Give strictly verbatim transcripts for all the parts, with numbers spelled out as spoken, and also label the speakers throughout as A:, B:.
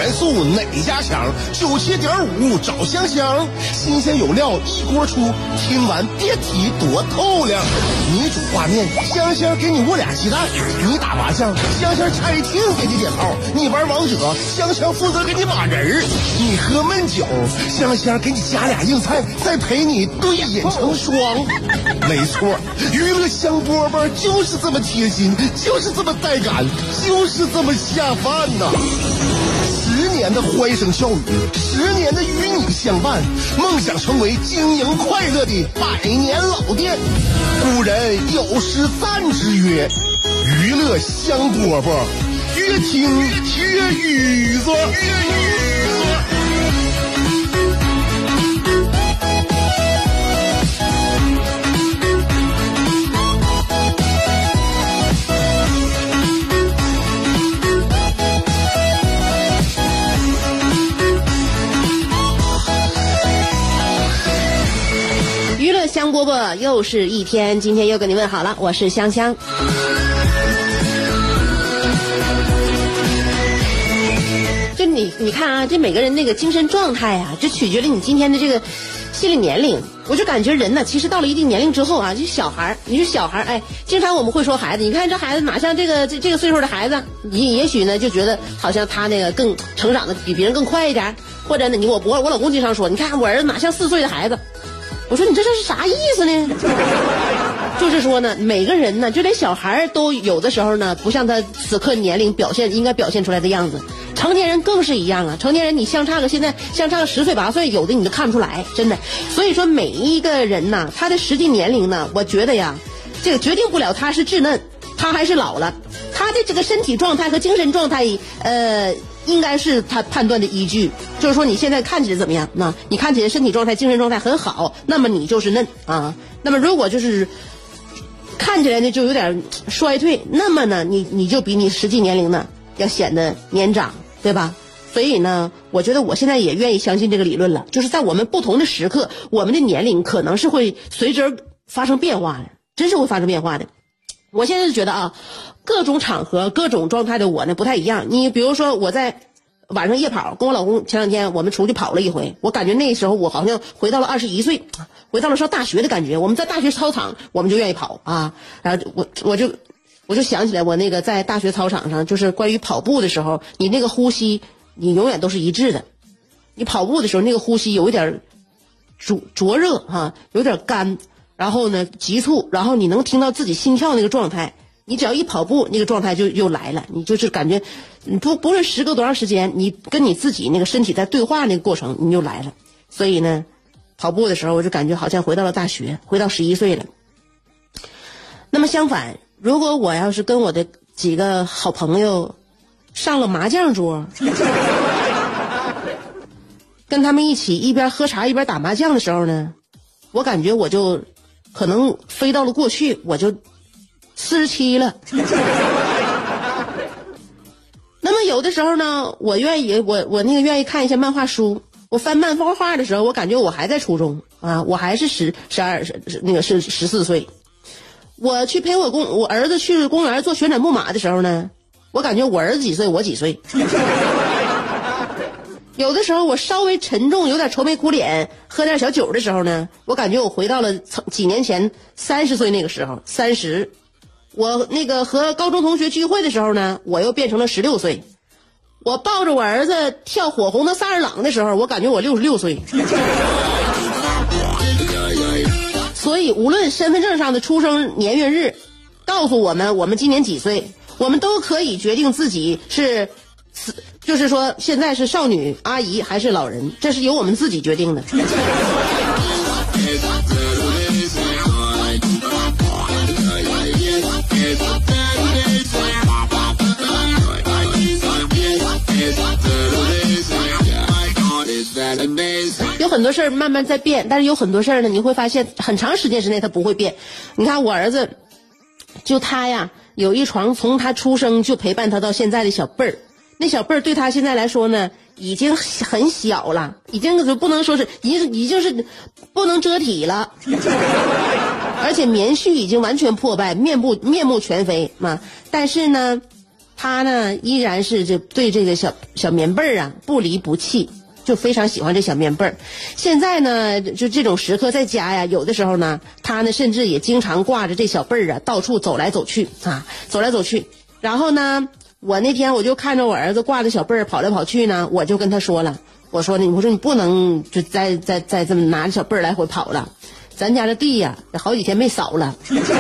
A: 元素哪家强？九七点五找香香，新鲜有料一锅出，听完别提多透亮。你煮画面，香香给你握俩鸡蛋；你打麻将，香香拆听给你点炮；你玩王者，香香负责给你码人；你喝闷酒，香香给你加俩硬菜，再陪你对饮成双。没错，娱乐香饽饽就是这么贴心，就是这么带感，就是这么下饭呐！十年的欢声笑语，十年的与你相伴，梦想成为经营快乐的百年老店。古人有诗赞之曰：娱乐香饽饽，越听越雨子。
B: 香饽饽又是一天，今天又跟你问好了，我是香香。就你你看啊，这每个人那个精神状态啊，这取决于你今天的这个心理年龄。我就感觉人呢，其实到了一定年龄之后啊，就小孩，你说小孩，哎，经常我们会说孩子，你看这孩子哪像这个这这个岁数的孩子，你也许呢就觉得好像他那个更成长的比别人更快一点，或者呢，你我我我老公经常说，你看我儿子哪像四岁的孩子。我说你这这是啥意思呢？就是说呢，每个人呢，就连小孩都有的时候呢，不像他此刻年龄表现应该表现出来的样子。成年人更是一样啊，成年人你相差个现在相差个十岁八岁，有的你都看不出来，真的。所以说每一个人呢，他的实际年龄呢，我觉得呀，这个决定不了他是稚嫩，他还是老了，他的这个身体状态和精神状态，呃。应该是他判断的依据，就是说你现在看起来怎么样？那你看起来身体状态、精神状态很好，那么你就是嫩啊。那么如果就是看起来呢就有点衰退，那么呢你你就比你实际年龄呢要显得年长，对吧？所以呢，我觉得我现在也愿意相信这个理论了，就是在我们不同的时刻，我们的年龄可能是会随之而发生变化的，真是会发生变化的。我现在是觉得啊，各种场合、各种状态的我呢不太一样。你比如说我在晚上夜跑，跟我老公前两天我们出去跑了一回，我感觉那时候我好像回到了二十一岁，回到了上大学的感觉。我们在大学操场，我们就愿意跑啊。然后我我就我就想起来，我那个在大学操场上，就是关于跑步的时候，你那个呼吸，你永远都是一致的。你跑步的时候，那个呼吸有一点灼灼热哈，有点干。然后呢，急促，然后你能听到自己心跳那个状态，你只要一跑步，那个状态就又来了，你就是感觉，不不论时隔多长时间，你跟你自己那个身体在对话那个过程，你就来了。所以呢，跑步的时候我就感觉好像回到了大学，回到十一岁了。那么相反，如果我要是跟我的几个好朋友上了麻将桌，跟他们一起一边喝茶一边打麻将的时候呢，我感觉我就可能飞到了过去，我就四十七了。那么有的时候呢，我愿意我我那个愿意看一些漫画书，我翻漫画画的时候，我感觉我还在初中啊，我还是十十二那个是十四岁。我去陪我公我儿子去公园做旋转木马的时候呢，我感觉我儿子几岁我几岁。有的时候我稍微沉重有点愁眉苦脸喝点小酒的时候呢，我感觉我回到了几年前三十岁那个时候，三十。我那个和高中同学聚会的时候呢，我又变成了十六岁。我抱着我儿子跳火红的萨日朗的时候，我感觉我六十六岁。所以无论身份证上的出生年月日告诉我们我们今年几岁，我们都可以决定自己是就是说现在是少女阿姨还是老人，这是由我们自己决定的。有很多事儿慢慢在变，但是有很多事儿呢，你会发现很长时间之内它不会变。你看我儿子，就他呀，有一床从他出生就陪伴他到现在的小被儿，那小被儿对他现在来说呢，已经很小了，已经就不能说是已经已经是不能遮体了，而且棉絮已经完全破败，面部面目全非嘛。但是呢， 他呢依然是这对这个小小棉被啊不离不弃，就非常喜欢这小棉被儿。现在呢，就这种时刻在家呀，有的时候呢，他呢甚至也经常挂着这小被儿啊，到处走来走去啊，走来走去。然后呢，我那天我就看着我儿子挂着小被儿跑来跑去呢，我就跟他说了，我说你，我说你不能就再再再这么拿着小被儿来回跑了，咱家的地呀，好几天没扫了。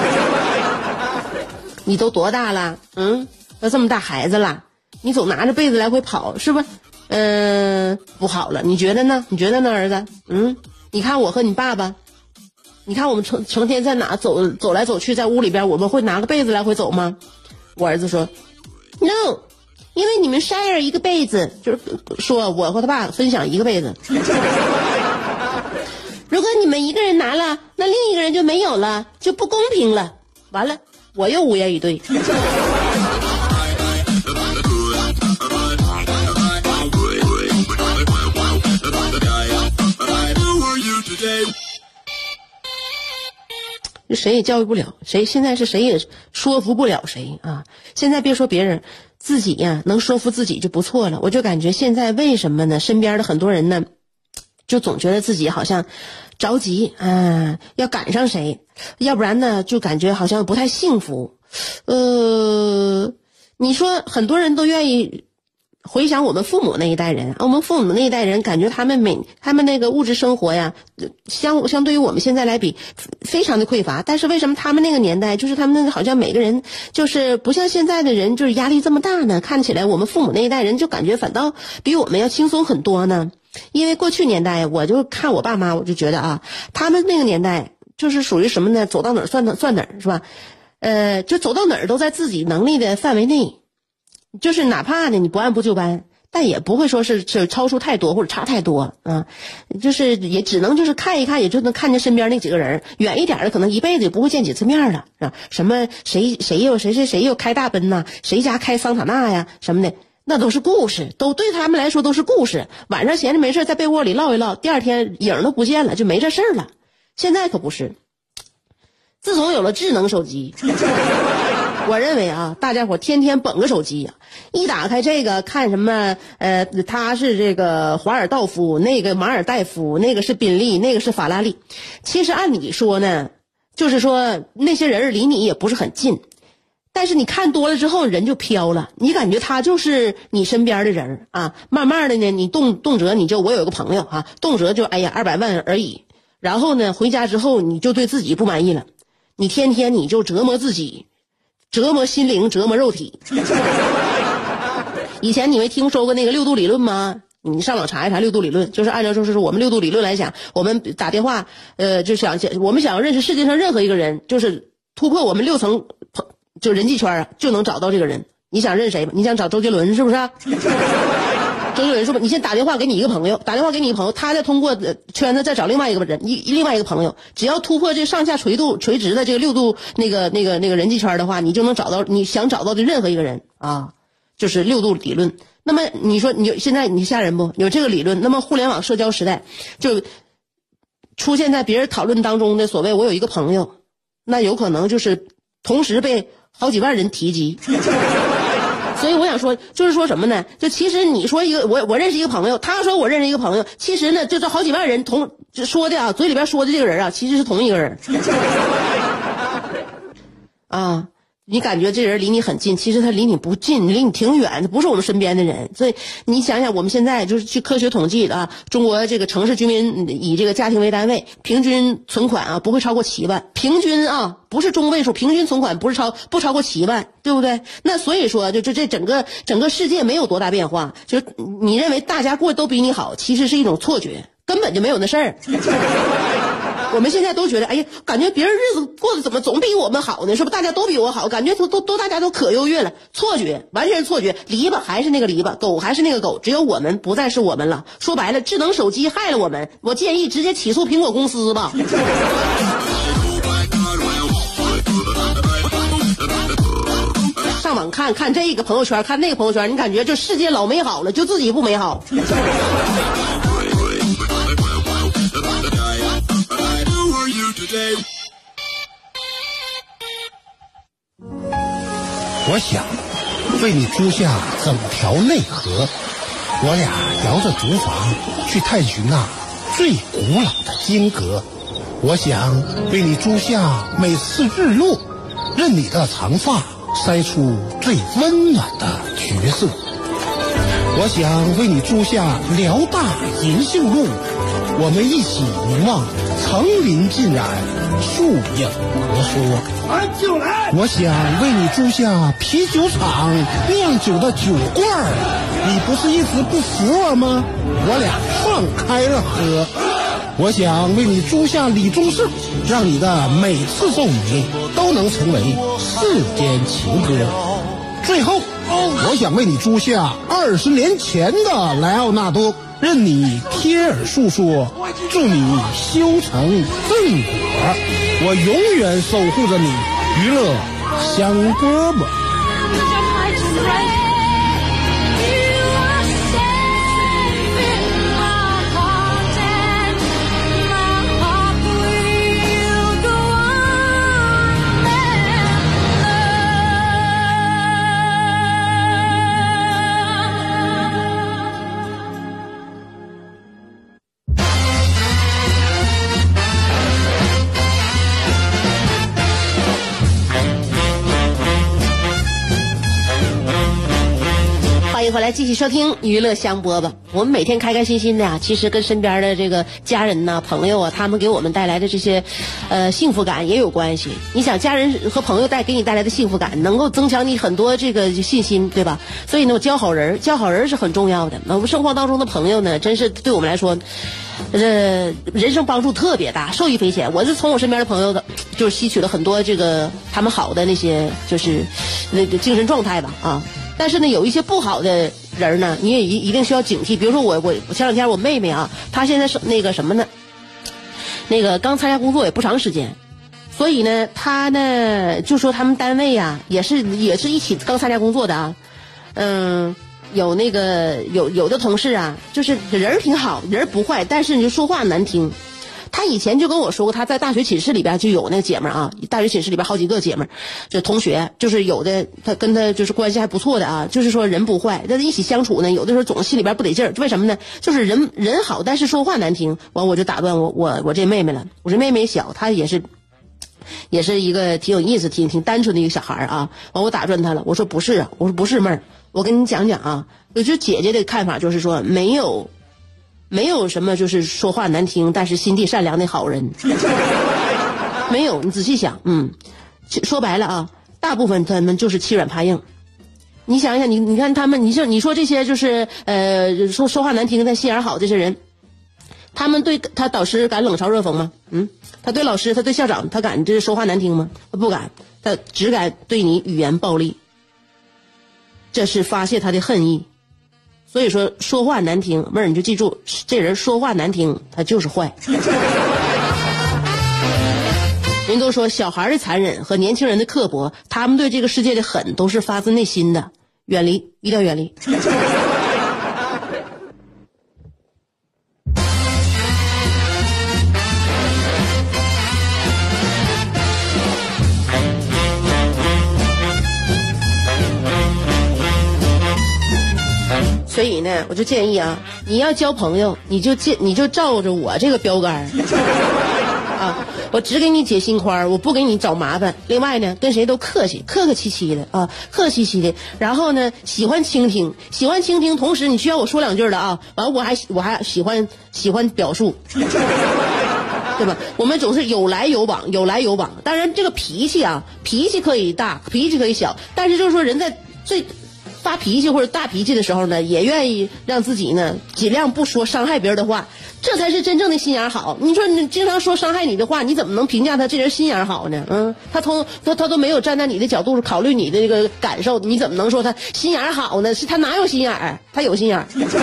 B: 你都多大了？嗯，都这么大孩子了，你总拿着被子来回跑，是不是？嗯、呃，不好了，你觉得呢？你觉得呢，儿子？嗯，你看我和你爸爸，你看我们成成天在哪走走来走去，在屋里边，我们会拿个被子来回走吗？我儿子说 ，no， 因为你们 share 一个被子，就是说我和他爸分享一个被子。如果你们一个人拿了，那另一个人就没有了，就不公平了。完了，我又无言以对。谁也教育不了谁，现在是谁也说服不了谁啊！现在别说别人，自己呀能说服自己就不错了。我就感觉现在为什么呢？身边的很多人呢，就总觉得自己好像着急啊，要赶上谁，要不然呢就感觉好像不太幸福。呃，你说很多人都愿意回想我们父母那一代人，我们父母那一代人感觉他们每他们那个物质生活呀，相相对于我们现在来比非常的匮乏，但是为什么他们那个年代就是他们那个好像每个人就是不像现在的人就是压力这么大呢？看起来我们父母那一代人就感觉反倒比我们要轻松很多呢。因为过去年代我就看我爸妈，我就觉得啊，他们那个年代就是属于什么呢？走到哪儿算哪算哪儿，是吧？呃，就走到哪儿都在自己能力的范围内。就是哪怕呢你不按部就班，但也不会说是是超出太多或者差太多啊，就是也只能就是看一看，也就能看见身边那几个人，远一点的可能一辈子也不会见几次面了啊。什么谁谁又谁谁谁又开大奔呐，谁家开桑塔纳呀什么的，那都是故事，都对他们来说都是故事。晚上闲着没事在被窝里唠一唠，第二天影都不见了，就没这事儿了。现在可不是，自从有了智能手机。我认为啊，大家伙天天捧个手机呀、啊，一打开这个看什么，呃，他是这个华尔道夫，那个马尔代夫，那个是宾利，那个是法拉利。其实按理说呢，就是说那些人离你也不是很近，但是你看多了之后，人就飘了，你感觉他就是你身边的人啊。慢慢的呢，你动动辄你就我有个朋友啊，动辄就哎呀二百万而已。然后呢，回家之后你就对自己不满意了，你天天你就折磨自己。折磨心灵，折磨肉体。以前你没听说过那个六度理论吗？你上网查一查六度理论，就是按照就是我们六度理论来讲，我们打电话，呃，就想我们想要认识世界上任何一个人，就是突破我们六层就人际圈啊，就能找到这个人。你想认谁吧？你想找周杰伦是不是、啊？周杰伦说吧，你先打电话给你一个朋友，打电话给你一个朋友，他再通过圈子再找另外一个人，一另外一个朋友，只要突破这上下垂度垂直的这个六度那个那个那个人际圈的话，你就能找到你想找到的任何一个人啊，就是六度理论。那么你说你现在你吓人不？有这个理论，那么互联网社交时代就出现在别人讨论当中的所谓我有一个朋友，那有可能就是同时被好几万人提及。所以我想说，就是说什么呢？就其实你说一个我我认识一个朋友，他说我认识一个朋友，其实呢，就这好几万人同说的啊，嘴里边说的这个人啊，其实是同一个人。啊，你感觉这人离你很近，其实他离你不近，离你挺远，他不是我们身边的人。所以你想想，我们现在就是去科学统计啊，中国这个城市居民以这个家庭为单位，平均存款啊不会超过七万，平均啊不是中位数，平均存款不是超不超过七万，对不对？那所以说，就这这整个整个世界没有多大变化，就是你认为大家过得都比你好，其实是一种错觉，根本就没有那事儿。我们现在都觉得，哎呀，感觉别人日子过得怎么总比我们好呢？是不是大家都比我好？感觉都都都大家都可优越了，错觉，完全是错觉。篱笆还是那个篱笆，狗还是那个狗，只有我们不再是我们了。说白了，智能手机害了我们。我建议直接起诉苹果公司吧。上网看看这个朋友圈，看那个朋友圈，你感觉就世界老美好了，就自己不美好。
A: 我想为你租下整条内河，我俩摇着竹筏去探寻那最古老的金阁。我想为你租下每次日落，任你的长发筛出最温暖的橘色。我想为你租下辽大银杏路，我们一起凝望层林尽染，树影婆娑。我想为你租下啤酒厂酿酒的酒罐儿，你不是一直不服我吗？我俩放开了喝。我想为你租下李宗盛，让你的每次奏鸣都能成为世间情歌。最后，我想为你租下二十年前的莱奥纳多，任你贴耳诉说，祝你修成正果，我永远守护着你，娱乐香饽饽。
B: 回来继续收听娱乐香饽饽。我们每天开开心心的呀，其实跟身边的这个家人呐、朋友啊，他们给我们带来的这些呃幸福感也有关系。你想，家人和朋友带给你带来的幸福感，能够增强你很多这个信心，对吧？所以呢，我交好人，交好人是很重要的。那我们生活当中的朋友呢，真是对我们来说，呃，人生帮助特别大，受益匪浅。我是从我身边的朋友的，就是吸取了很多这个他们好的那些，就是那个精神状态吧，啊。但是呢，有一些不好的人呢，你也一一定需要警惕。比如说我我前两天我妹妹啊，她现在是那个什么呢？那个刚参加工作也不长时间，所以呢，她呢就说他们单位啊，也是也是一起刚参加工作的啊，嗯，有那个有有的同事啊，就是人挺好，人不坏，但是你就说话难听。他以前就跟我说过，他在大学寝室里边就有那个姐们儿啊，大学寝室里边好几个姐们儿，就同学，就是有的他跟他就是关系还不错的啊，就是说人不坏，但是一起相处呢，有的时候总心里边不得劲儿，为什么呢？就是人人好，但是说话难听。完我就打断我我我这妹妹了，我这妹妹小，她也是也是一个挺有意思、挺挺单纯的一个小孩啊。完我打断她了，我说不是啊，我说不是妹儿，我跟你讲讲啊，我就姐姐的看法就是说没有。没有什么就是说话难听但是心地善良的好人，没有。你仔细想，嗯，说白了啊，大部分他们就是欺软怕硬。你想一想，你你看他们，你说你说这些就是呃说说话难听但心眼好这些人，他们对他导师敢冷嘲热讽吗？嗯，他对老师，他对校长，他敢这说话难听吗？他不敢，他只敢对你语言暴力，这是发泄他的恨意。所以说说话难听，妹儿你就记住，这人说话难听他就是坏。人都说小孩的残忍和年轻人的刻薄，他们对这个世界的狠都是发自内心的，远离，一定要远离。所以呢，我就建议啊，你要交朋友，你就建你就照着我这个标杆啊，我只给你解心宽，我不给你找麻烦。另外呢，跟谁都客气，客客气气的啊，客客气气的。然后呢，喜欢倾听，喜欢倾听，同时你需要我说两句的啊，完了我还我还喜欢喜欢表述。对吧？我们总是有来有往，有来有往。当然，这个脾气啊，脾气可以大，脾气可以小，但是就是说人在最发脾气或者大脾气的时候呢，也愿意让自己呢尽量不说伤害别人的话，这才是真正的心眼好。你说你经常说伤害你的话，你怎么能评价他这人心眼好呢？嗯，他从他他都没有站在你的角度考虑你的这个感受，你怎么能说他心眼好呢？是他哪有心眼儿？他有心眼儿。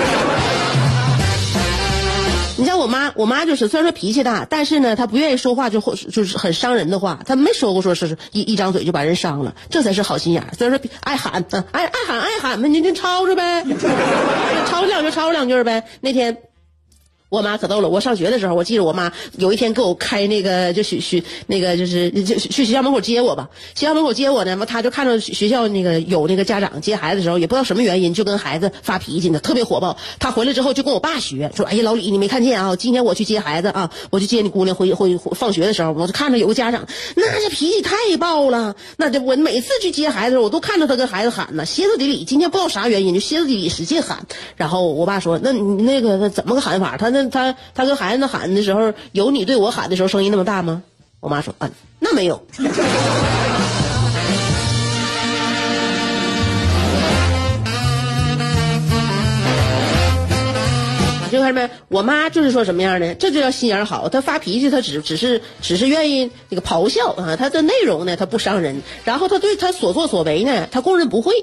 B: 你像我妈，我妈就是虽然说脾气大，但是呢，她不愿意说话就就是很伤人的话，她没说过说是一一张嘴就把人伤了，这才是好心眼。虽然说爱喊，爱爱喊爱喊呗，你就吵着呗，吵两句吵两句呗。那天我妈可逗了，我上学的时候，我记得我妈有一天给我开那个就学学那个就是就去学校门口接我吧，学校门口接我呢，她就看到学校那个有那个家长接孩子的时候，也不知道什么原因就跟孩子发脾气呢，特别火爆。她回来之后就跟我爸学，说：“哎呀，老李，你没看见啊？今天我去接孩子啊，我去接你姑娘回回放学的时候，我就看着有个家长，那这脾气太爆了。那这我每次去接孩子的时候，我都看着他跟孩子喊呢，歇斯底里。今天不知道啥原因，就歇斯底里使劲喊。然后我爸说：那你那个怎么个喊法？他那他他跟孩子喊的时候，有你对我喊的时候声音那么大吗？我妈说：啊，那没有。就看没，我妈就是说什么样的，这就叫心眼好。她发脾气，她只只是只是愿意那个咆哮啊，她的内容呢，她不伤人。然后她对她所作所为呢，她供认不讳。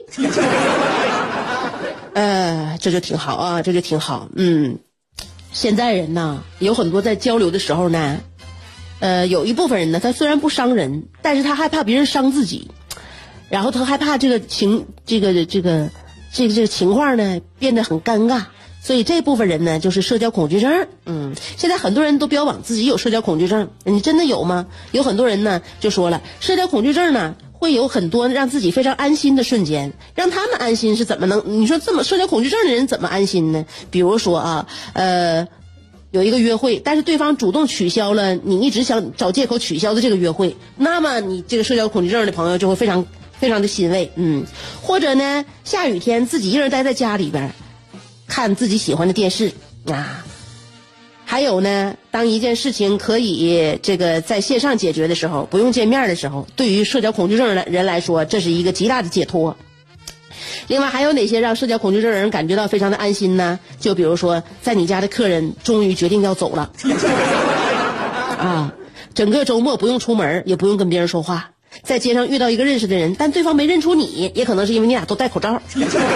B: 呃，这就挺好啊，这就挺好。嗯，现在人呢，有很多在交流的时候呢，呃，有一部分人呢，他虽然不伤人，但是他害怕别人伤自己，然后他害怕这个情这个这个这个这个情况呢变得很尴尬。所以这部分人呢，就是社交恐惧症。嗯，现在很多人都标榜自己有社交恐惧症，你真的有吗？有很多人呢就说了，社交恐惧症呢会有很多让自己非常安心的瞬间，让他们安心是怎么能？你说这么社交恐惧症的人怎么安心呢？比如说啊，呃，有一个约会，但是对方主动取消了你一直想找借口取消的这个约会，那么你这个社交恐惧症的朋友就会非常非常的欣慰。嗯，或者呢，下雨天自己一人待在家里边。看自己喜欢的电视啊，还有呢，当一件事情可以这个在线上解决的时候，不用见面的时候，对于社交恐惧症的人来说，这是一个极大的解脱。另外还有哪些让社交恐惧症的人感觉到非常的安心呢？就比如说，在你家的客人终于决定要走了，啊，整个周末不用出门，也不用跟别人说话，在街上遇到一个认识的人，但对方没认出你，也可能是因为你俩都戴口罩。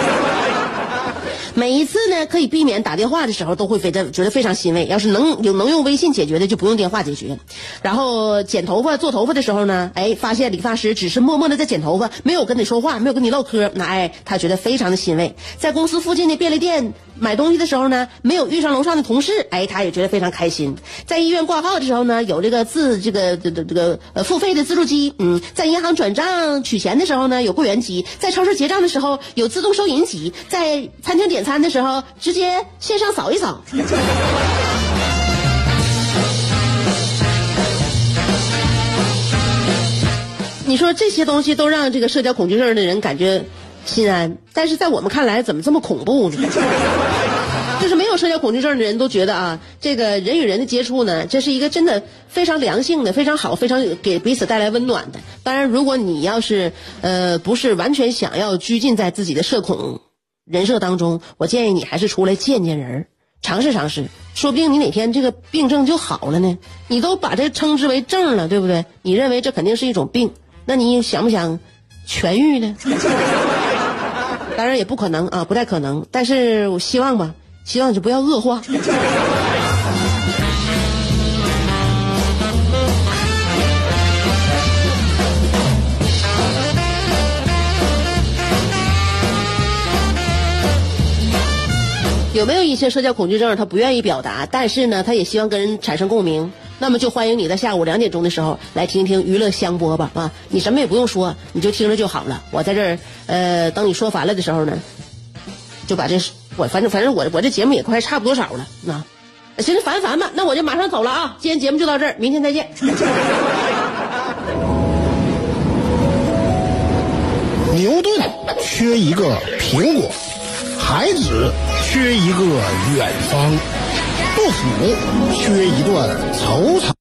B: 每一次呢，可以避免打电话的时候，都会非常觉得非常欣慰。要是能有能用微信解决的，就不用电话解决。然后剪头发、做头发的时候呢，哎，发现理发师只是默默的在剪头发，没有跟你说话，没有跟你唠嗑，那哎，他觉得非常的欣慰。在公司附近的便利店买东西的时候呢，没有遇上楼上的同事，哎，他也觉得非常开心。在医院挂号的时候呢，有这个自这个这个这个呃付费的自助机，嗯，在银行转账取钱的时候呢，有柜员机；在超市结账的时候有自动收银机；在餐厅点餐的时候直接线上扫一扫。你说这些东西都让这个社交恐惧症的人感觉心安，但是在我们看来怎么这么恐怖呢？就是没有社交恐惧症的人都觉得啊，这个人与人的接触呢，这是一个真的非常良性的、非常好、非常给彼此带来温暖的。当然，如果你要是呃不是完全想要拘禁在自己的社恐人设当中，我建议你还是出来见见人，尝试尝试，说不定你哪天这个病症就好了呢。你都把这称之为症了，对不对？你认为这肯定是一种病，那你想不想痊愈呢？当然也不可能啊，不太可能，但是我希望吧，希望就不要恶化。有没有一些社交恐惧症他不愿意表达，但是呢他也希望跟人产生共鸣？那么就欢迎你在下午两点钟的时候来听听娱乐香饽吧啊！你什么也不用说，你就听着就好了。我在这儿呃等你说烦了的时候呢，就把这我反正反正我我这节目也快差不多少了啊，行了，烦烦吧，那我就马上走了啊！今天节目就到这儿，明天再见。
A: 牛顿缺一个苹果，孩子缺一个远方，杜甫缺一段惆怅。